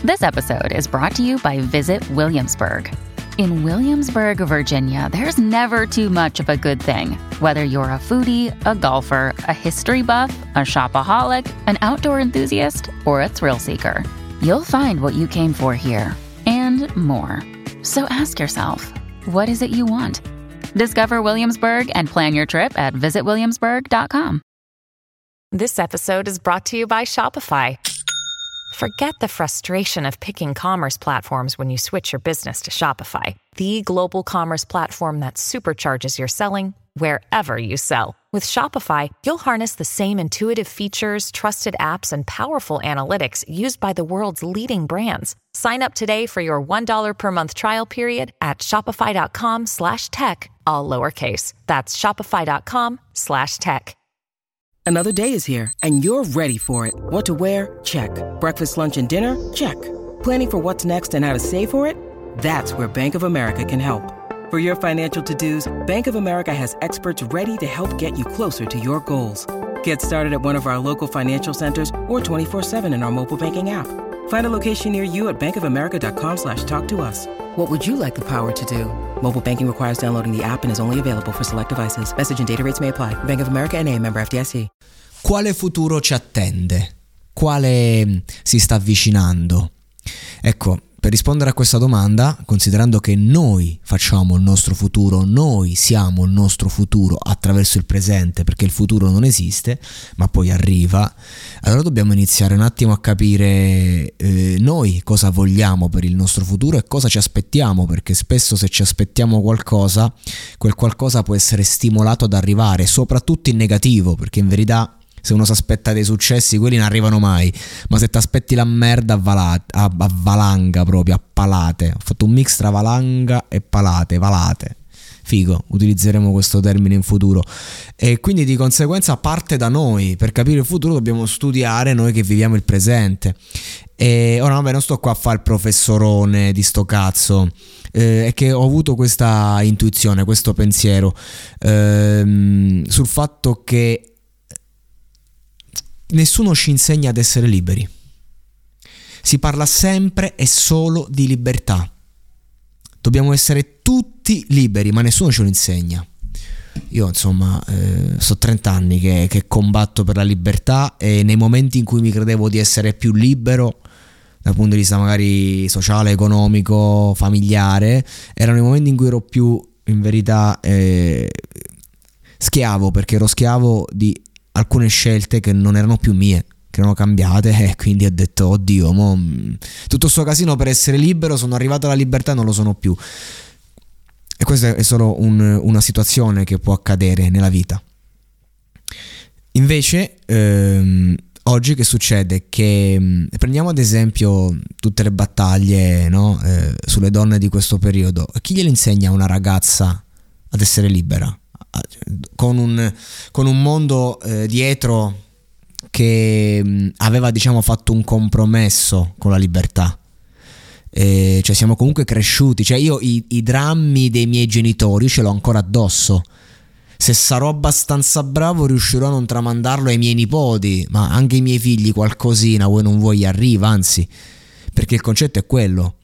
This episode is brought to you by Visit Williamsburg. In Williamsburg, Virginia, there's never too much of a good thing. Whether you're a foodie, a golfer, a history buff, a shopaholic, an outdoor enthusiast, or a thrill seeker, you'll find what you came for here and more. So ask yourself, what is it you want? Discover Williamsburg and plan your trip at visitwilliamsburg.com. This episode is brought to you by Shopify. Forget the frustration of picking commerce platforms when you switch your business to Shopify, the global commerce platform that supercharges your selling wherever you sell. With Shopify, you'll harness the same intuitive features, trusted apps, and powerful analytics used by the world's leading brands. Sign up today for your $1 per month trial period at shopify.com/tech, all lowercase. That's shopify.com/tech. Another day is here, and you're ready for it. What to wear? Check. Breakfast, lunch, and dinner? Check. Planning for what's next and how to save for it? That's where Bank of America can help. For your financial to-dos, Bank of America has experts ready to help get you closer to your goals. Get started at one of our local financial centers or 24/7 in our mobile banking app. Find a location near you at bankofamerica.com/talktous. What would you like the power to do? Mobile banking requires downloading the app and is only available for select devices. Message and data rates may apply. Bank of America N.A., member FDIC. Quale futuro ci attende? Quale si sta avvicinando? Ecco, per rispondere a questa domanda, considerando che noi facciamo il nostro futuro, noi siamo il nostro futuro attraverso il presente, perché il futuro non esiste, ma poi arriva, allora dobbiamo iniziare un attimo a capire noi cosa vogliamo per il nostro futuro e cosa ci aspettiamo, perché spesso se ci aspettiamo qualcosa, quel qualcosa può essere stimolato ad arrivare, soprattutto in negativo, perché in verità se uno si aspetta dei successi, quelli non arrivano mai, ma se ti aspetti la merda a valanga proprio, a palate. Ho fatto un mix tra valanga e palate, valate. Figo, utilizzeremo questo termine in futuro. E quindi di conseguenza parte da noi. Per capire il futuro dobbiamo studiare noi che viviamo il presente. E ora vabbè, non sto qua a fare il professorone di sto cazzo. È che ho avuto questa intuizione, questo pensiero sul fatto che nessuno ci insegna ad essere liberi. Si parla sempre e solo di libertà. Dobbiamo essere tutti liberi, ma nessuno ce lo insegna. Io insomma so 30 anni che combatto per la libertà, e nei momenti in cui mi credevo di essere più libero dal punto di vista magari sociale, economico, familiare, erano i momenti in cui ero più in verità schiavo, perché ero schiavo di alcune scelte che non erano più mie, che erano cambiate, e quindi ho detto oddio, tutto sto casino per essere libero, sono arrivato alla libertà e non lo sono più. E questa è solo una situazione che può accadere nella vita. Invece oggi che succede? Che prendiamo ad esempio tutte le battaglie, no? Sulle donne di questo periodo. Chi gliele insegna a una ragazza ad essere libera? Con un mondo dietro che aveva, diciamo, fatto un compromesso con la libertà, cioè siamo comunque cresciuti, cioè io i drammi dei miei genitori ce l'ho ancora addosso. Se sarò abbastanza bravo riuscirò a non tramandarlo ai miei nipoti, ma anche i miei figli qualcosina, vuoi non vuoi, arriva, anzi, perché il concetto è quello.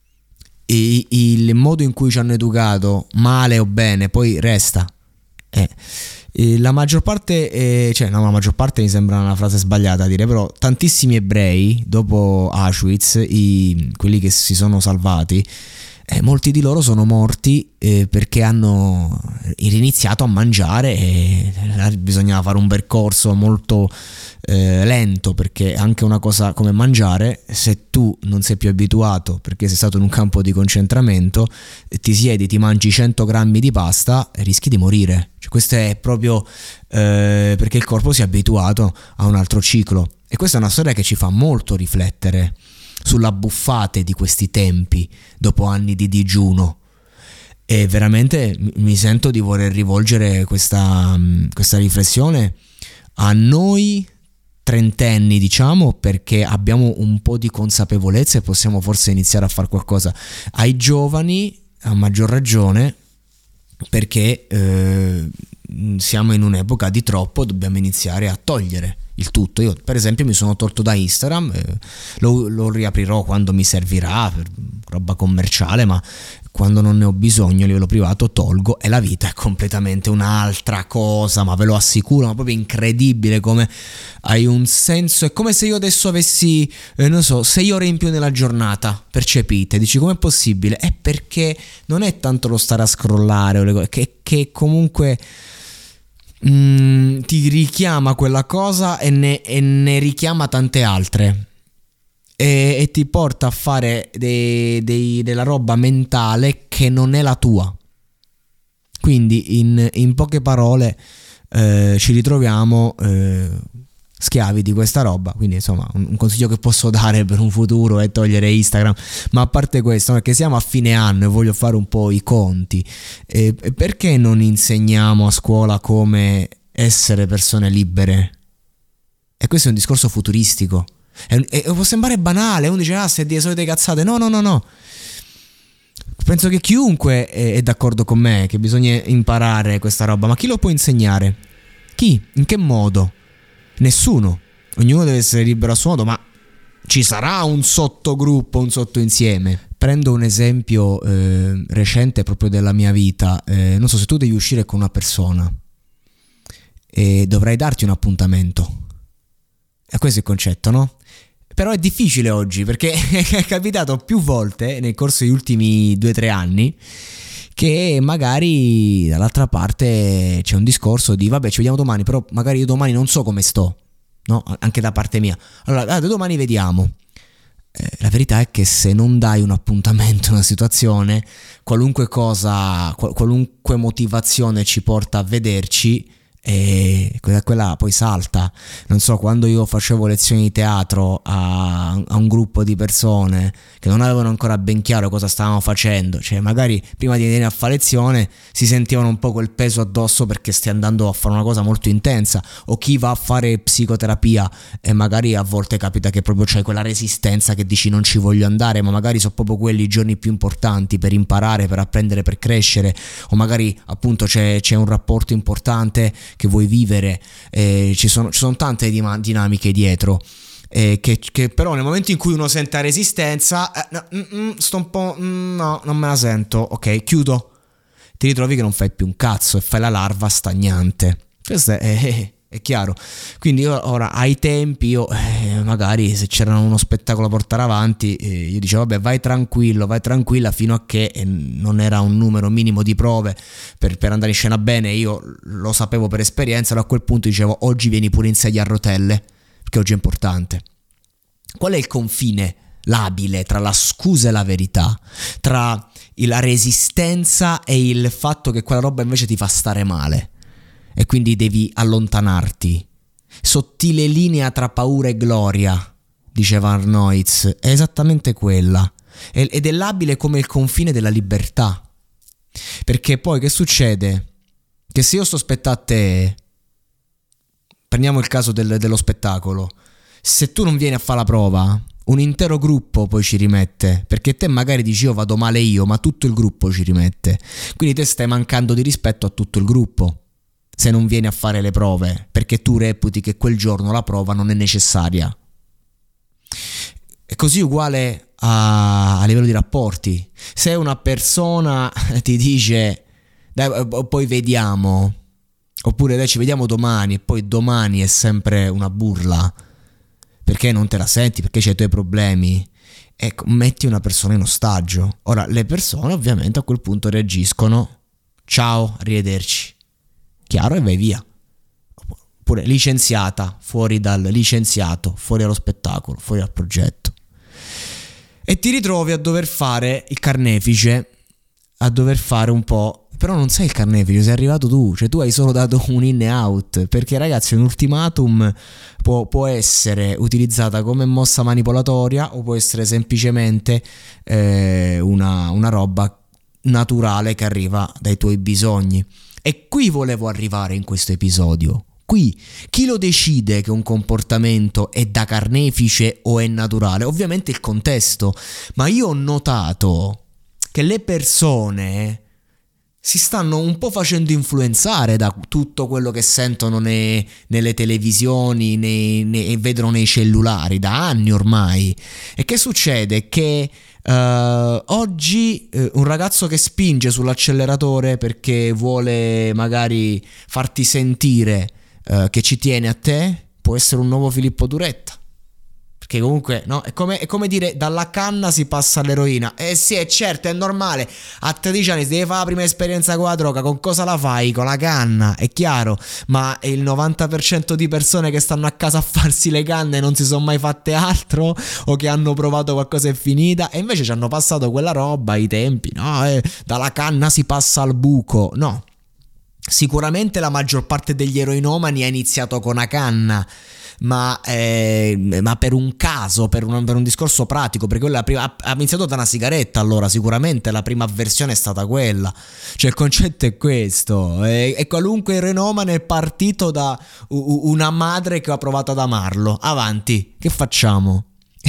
Il modo in cui ci hanno educato, male o bene, poi resta. La maggior parte, la maggior parte mi sembra una frase sbagliata a dire, però tantissimi ebrei dopo Auschwitz, quelli che si sono salvati, molti di loro sono morti perché hanno riniziato a mangiare, e bisognava fare un percorso molto lento, perché anche una cosa come mangiare, se tu non sei più abituato perché sei stato in un campo di concentramento, ti siedi, ti mangi 100 grammi di pasta e rischi di morire. Cioè, questo è proprio perché il corpo si è abituato a un altro ciclo, e questa è una storia che ci fa molto riflettere sulla buffate di questi tempi dopo anni di digiuno, e veramente mi sento di voler rivolgere questa riflessione a noi trentenni, diciamo, perché abbiamo un po' di consapevolezza e possiamo forse iniziare a fare qualcosa. Ai giovani a maggior ragione, perché siamo in un'epoca di troppo, dobbiamo iniziare a togliere il tutto. Io per esempio mi sono tolto da Instagram, lo riaprirò quando mi servirà per roba commerciale, ma quando non ne ho bisogno a livello privato tolgo, e la vita è completamente un'altra cosa, ma ve lo assicuro, ma proprio incredibile come hai un senso. È come se io adesso avessi 6 ore in più nella giornata percepite. Dici, com'è possibile? È perché non è tanto lo stare a scrollare o le cose, che comunque ti richiama quella cosa e ne richiama tante altre, e ti porta a fare della roba mentale che non è la tua. Quindi in poche parole ci ritroviamo schiavi di questa roba. Quindi insomma un consiglio che posso dare per un futuro è togliere Instagram. Ma a parte questo, perché siamo a fine anno e voglio fare un po' i conti, perché non insegniamo a scuola come essere persone libere? E questo è un discorso futuristico. E può sembrare banale, uno dice se dire solite cazzate. No, penso che chiunque è d'accordo con me che bisogna imparare questa roba. Ma chi lo può insegnare? Chi? In che modo? Nessuno. Ognuno deve essere libero a suo modo, ma ci sarà un sottogruppo, un sottoinsieme. Prendo un esempio recente proprio della mia vita. Non so, se tu devi uscire con una persona e dovrai darti un appuntamento, e questo è il concetto, no? Però è difficile oggi, perché è capitato più volte nel corso degli ultimi 2-3 anni che magari dall'altra parte c'è un discorso di vabbè, ci vediamo domani, però magari io domani non so come sto, no? Anche da parte mia. Allora, domani vediamo. La verità è che se non dai un appuntamento in una situazione, qualunque cosa, qualunque motivazione ci porta a vederci, e quella poi salta. Non so, quando io facevo lezioni di teatro a un gruppo di persone che non avevano ancora ben chiaro cosa stavamo facendo, cioè magari prima di venire a fare lezione si sentivano un po' quel peso addosso perché stai andando a fare una cosa molto intensa, o chi va a fare psicoterapia e magari a volte capita che proprio c'hai quella resistenza che dici non ci voglio andare, ma magari sono proprio quelli i giorni più importanti per imparare, per apprendere, per crescere, o magari appunto c'è un rapporto importante che vuoi vivere, ci sono tante dinamiche dietro, che però nel momento in cui uno sente la resistenza, sto un po', no, non me la sento, ok, chiudo, ti ritrovi che non fai più un cazzo e fai la larva stagnante. Questo è chiaro. Quindi ora ai tempi magari se c'era uno spettacolo da portare avanti, io dicevo vabbè, vai tranquilla, fino a che non era un numero minimo di prove per andare in scena bene. Io lo sapevo per esperienza, allora a quel punto dicevo oggi vieni pure in sedia a rotelle, perché oggi è importante. Qual è il confine labile tra la scusa e la verità, tra la resistenza e il fatto che quella roba invece ti fa stare male e quindi devi allontanarti? Sottile linea tra paura e gloria, diceva Arnoiz, è esattamente quella, ed è labile come il confine della libertà. Perché poi che succede? Che se io sto aspettando a te, prendiamo il caso dello spettacolo, se tu non vieni a fare la prova, un intero gruppo poi ci rimette, perché te magari dici io vado male io, ma tutto il gruppo ci rimette, quindi te stai mancando di rispetto a tutto il gruppo se non vieni a fare le prove, perché tu reputi che quel giorno la prova non è necessaria. È così uguale a livello di rapporti. Se una persona ti dice dai, poi vediamo, oppure dai, ci vediamo domani, e poi domani è sempre una burla perché non te la senti, perché c'hai i tuoi problemi, ecco, metti una persona in ostaggio. Ora le persone ovviamente a quel punto reagiscono, ciao, arrivederci, chiaro, e vai via. Oppure licenziata, fuori dal licenziato, fuori dallo spettacolo, fuori dal progetto, e ti ritrovi a dover fare il carnefice, a dover fare un po'. Però non sei il carnefice, sei arrivato tu, cioè tu hai solo dato un in e out, perché ragazzi un ultimatum può essere utilizzata come mossa manipolatoria o può essere semplicemente una roba naturale che arriva dai tuoi bisogni. E qui volevo arrivare in questo episodio. Qui chi lo decide che un comportamento è da carnefice o è naturale? Ovviamente il contesto, ma io ho notato che le persone si stanno un po' facendo influenzare da tutto quello che sentono nelle televisioni, e vedono nei cellulari da anni ormai. E che succede? Che oggi un ragazzo che spinge sull'acceleratore perché vuole magari farti sentire che ci tiene a te può essere un nuovo Filippo Turetta. Che comunque, no, è come dire dalla canna si passa all'eroina. Sì, è certo, è normale. A 13 anni si deve fare la prima esperienza con la droga. Con cosa la fai? Con la canna, è chiaro. Ma il 90% di persone che stanno a casa a farsi le canne non si sono mai fatte altro, o che hanno provato qualcosa e è finita, e invece ci hanno passato quella roba ai tempi, no? Dalla canna si passa al buco. No, sicuramente la maggior parte degli eroinomani ha iniziato con una canna, ma per un caso, per un discorso pratico, perché quella ha iniziato da una sigaretta. Allora sicuramente la prima versione è stata quella. Cioè il concetto è questo, e qualunque eroinomane è partito da una madre che ha provato ad amarlo. Avanti, che facciamo?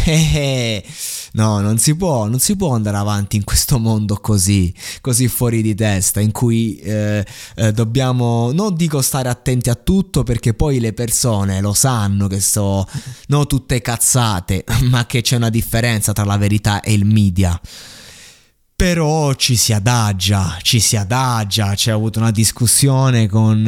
No, non si può andare avanti in questo mondo così fuori di testa, in cui dobbiamo, non dico stare attenti a tutto, perché poi le persone lo sanno che no, tutte cazzate, ma che c'è una differenza tra la verità e il media. Però ci si adagia. C'è avuto una discussione con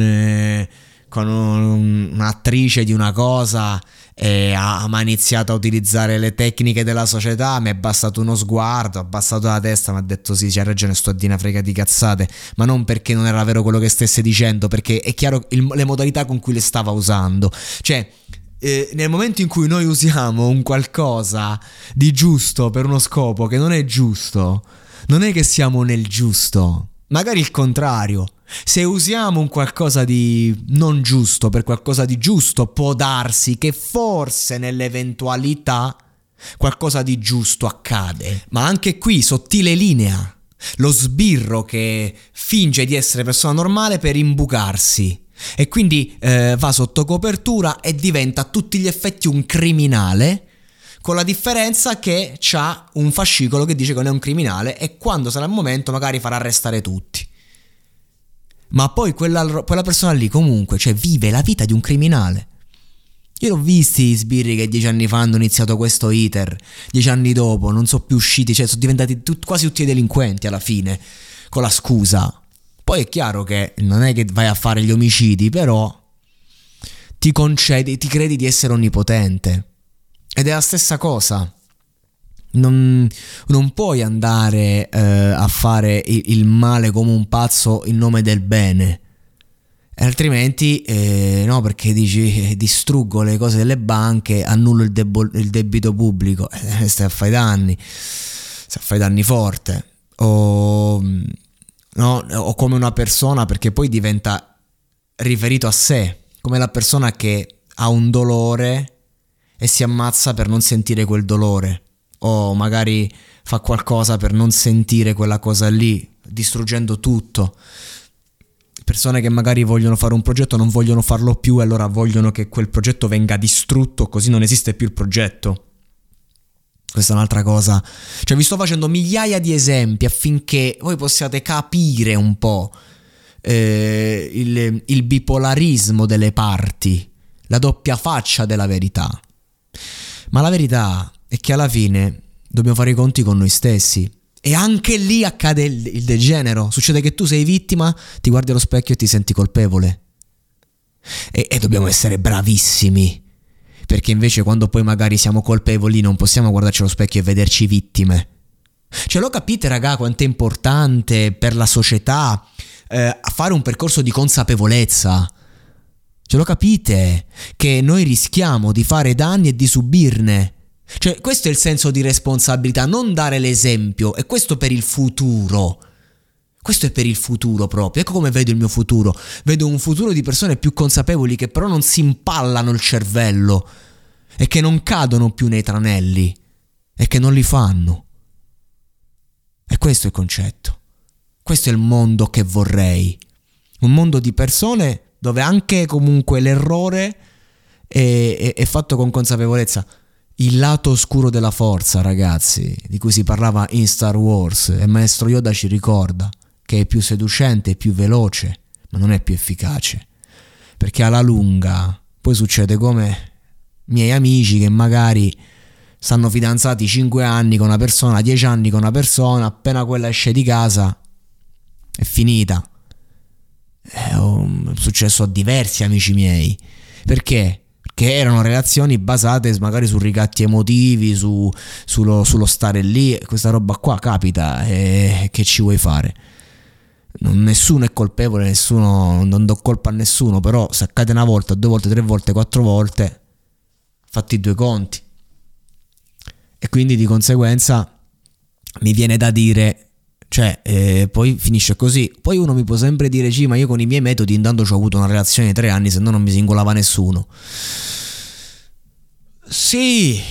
un'attrice di una cosa, e ha iniziato a utilizzare le tecniche della società. Mi è bastato uno sguardo, ha abbassato la testa, mi ha detto sì, c'ha ragione, sto a dire una frega di cazzate, ma non perché non era vero quello che stesse dicendo, perché è chiaro le modalità con cui le stava usando. Cioè nel momento in cui noi usiamo un qualcosa di giusto per uno scopo che non è giusto, non è che siamo nel giusto, magari il contrario. Se usiamo un qualcosa di non giusto per qualcosa di giusto, può darsi che forse nell'eventualità qualcosa di giusto accade. Ma anche qui, sottile linea, lo sbirro che finge di essere persona normale per imbucarsi, e quindi va sotto copertura e diventa a tutti gli effetti un criminale, con la differenza che c'ha un fascicolo che dice che non è un criminale, e quando sarà il momento magari farà arrestare tutti. Ma poi quella persona lì comunque, cioè, vive la vita di un criminale. Io l'ho visti sbirri che 10 anni fa hanno iniziato questo iter, 10 anni dopo non sono più usciti, cioè sono diventati quasi tutti delinquenti alla fine, con la scusa. Poi è chiaro che non è che vai a fare gli omicidi, però ti credi di essere onnipotente. Ed è la stessa cosa. Non puoi andare a fare il male come un pazzo in nome del bene, altrimenti no, perché dici distruggo le cose delle banche, annullo il debito pubblico, stai a fare danni forte, o come una persona, perché poi diventa riferito a sé, come la persona che ha un dolore e si ammazza per non sentire quel dolore, o magari fa qualcosa per non sentire quella cosa lì, distruggendo tutto. Persone che magari vogliono fare un progetto, non vogliono farlo più, e allora vogliono che quel progetto venga distrutto, così non esiste più il progetto. Questa è un'altra cosa. Cioè, vi sto facendo migliaia di esempi affinché voi possiate capire un po' il bipolarismo delle parti, la doppia faccia della verità. Ma la verità è che alla fine dobbiamo fare i conti con noi stessi, e anche lì accade il degenero. Succede che tu sei vittima, ti guardi allo specchio e ti senti colpevole, e dobbiamo essere bravissimi, perché invece quando poi magari siamo colpevoli non possiamo guardarci allo specchio e vederci vittime. Cioè, lo capite, raga, quanto è importante per la società fare un percorso di consapevolezza? Ce lo capite che noi rischiamo di fare danni e di subirne? Cioè, questo è il senso di responsabilità, non dare l'esempio, e questo per il futuro. Questo è per il futuro proprio. Ecco come vedo il mio futuro. Vedo un futuro di persone più consapevoli, che però non si impallano il cervello, e che non cadono più nei tranelli, e che non li fanno. E questo è il concetto. Questo è il mondo che vorrei. Un mondo di persone dove anche comunque l'errore è fatto con consapevolezza. Il lato oscuro della forza, ragazzi, di cui si parlava in Star Wars, e Maestro Yoda ci ricorda che è più seducente, è più veloce, ma non è più efficace, perché alla lunga poi succede come miei amici che magari stanno fidanzati 5 anni con una persona, 10 anni con una persona, appena quella esce di casa è finita. È successo a diversi amici miei. Perché? Perché erano relazioni basate magari su ricatti emotivi, sullo stare lì. Questa roba qua capita, e che ci vuoi fare? Nessuno è colpevole, nessuno, non do colpa a nessuno, però se accade una volta, 2 volte, 3 volte, 4 volte, fatti i 2 conti. E quindi di conseguenza mi viene da dire, cioè poi finisce così. Poi uno mi può sempre dire sì, ma io con i miei metodi intanto ho avuto una relazione di 3 anni, se no non mi singolava nessuno. Sì,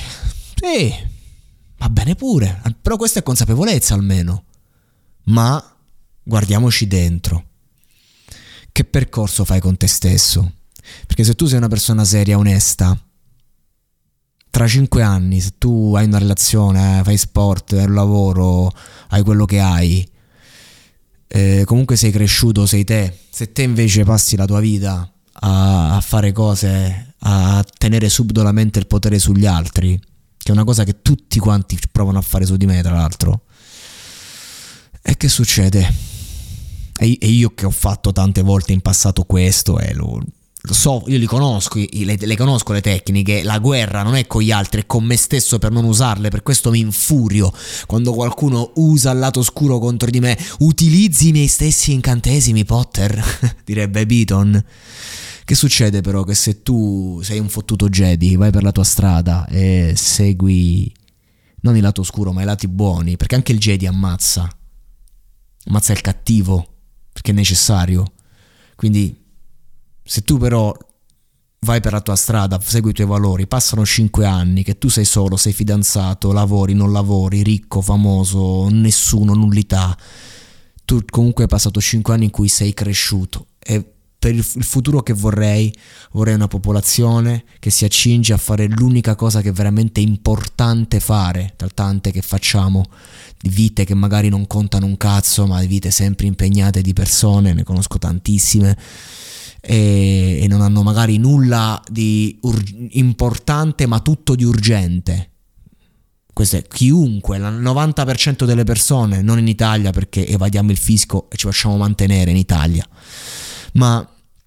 va bene pure, però questa è consapevolezza almeno. Ma guardiamoci dentro, che percorso fai con te stesso? Perché se tu sei una persona seria, onesta, tra 5 anni, se tu hai una relazione, fai sport, hai un lavoro, hai quello che hai, comunque sei cresciuto, sei te. Se te invece passi la tua vita a fare cose, a tenere subdolamente il potere sugli altri, che è una cosa che tutti quanti provano a fare su di me, tra l'altro, e che succede? E io che ho fatto tante volte in passato questo, lo so, io li conosco, le conosco le tecniche. La guerra non è con gli altri, è con me stesso per non usarle. Per questo mi infurio quando qualcuno usa il lato oscuro contro di me. Utilizzi i miei stessi incantesimi, Potter, direbbe Beaton. Che succede però? Che se tu sei un fottuto Jedi, vai per la tua strada e segui non il lato oscuro ma i lati buoni, perché anche il Jedi ammazza il cattivo, perché è necessario. Quindi se tu però vai per la tua strada, segui i tuoi valori, passano 5 anni che tu sei solo, sei fidanzato, lavori, non lavori, ricco, famoso, nessuno, nullità, tu comunque hai passato 5 anni in cui sei cresciuto. E per il futuro che vorrei una popolazione che si accinge a fare l'unica cosa che è veramente importante fare, tra tante che facciamo, di vite che magari non contano un cazzo, ma di vite sempre impegnate di persone, ne conosco tantissime, e non hanno magari nulla di importante ma tutto di urgente. Questo è chiunque, il 90% delle persone, non in Italia perché evadiamo il fisco e ci facciamo mantenere in Italia, ma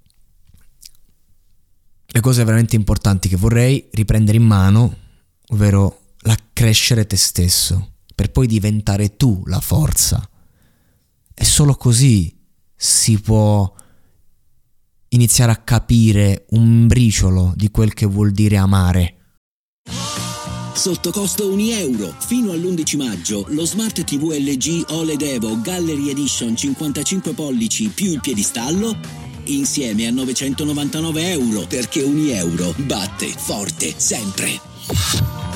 le cose veramente importanti che vorrei riprendere in mano, ovvero la crescere te stesso, per poi diventare tu la forza. E solo così si può iniziare a capire un briciolo di quel che vuol dire amare. Sotto costo €1. Fino all'11 maggio lo Smart TV LG OLED Evo Gallery Edition 55 pollici più il piedistallo insieme a €999, perché €1 batte forte sempre.